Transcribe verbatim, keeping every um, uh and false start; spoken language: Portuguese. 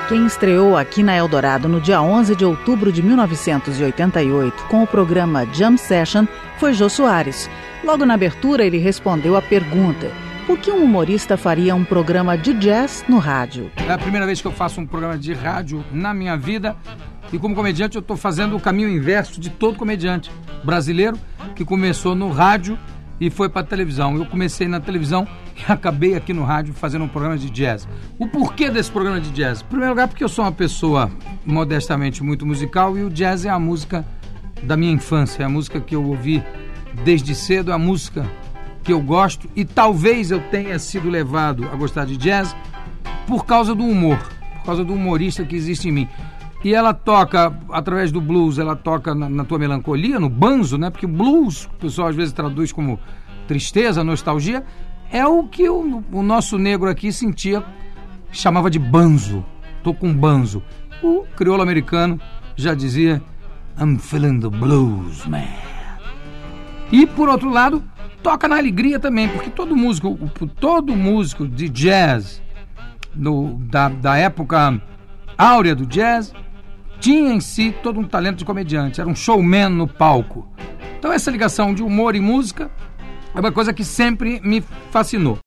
Quem estreou aqui na Eldorado no dia onze de outubro de mil novecentos e oitenta e oito com o programa Jam Session foi Jô Soares. Logo na abertura ele respondeu a pergunta: por que um humorista faria um programa de jazz no rádio? É a primeira vez que eu faço um programa de rádio na minha vida e como comediante eu estou fazendo o caminho inverso de todo comediante brasileiro que começou no rádio e foi para a televisão. Eu comecei na televisão e acabei aqui no rádio fazendo um programa de jazz. O porquê desse programa de jazz? Em primeiro lugar, porque eu sou uma pessoa modestamente muito musical e o jazz é a música da minha infância, é a música que eu ouvi desde cedo, é a música que eu gosto e talvez eu tenha sido levado a gostar de jazz por causa do humor, por causa do humorista que existe em mim. E ela toca, através do blues, ela toca na, na tua melancolia, no banzo, né? Porque o blues, o pessoal às vezes traduz como tristeza, nostalgia, é o que o, o nosso negro aqui sentia, chamava de banzo. Tô com banzo. O crioulo americano já dizia I'm feeling the blues, man. E, por outro lado, toca na alegria também, porque todo músico, todo músico de jazz no, da, da época áurea do jazz tinha em si todo um talento de comediante, era um showman no palco. Então essa ligação de humor e música é uma coisa que sempre me fascinou.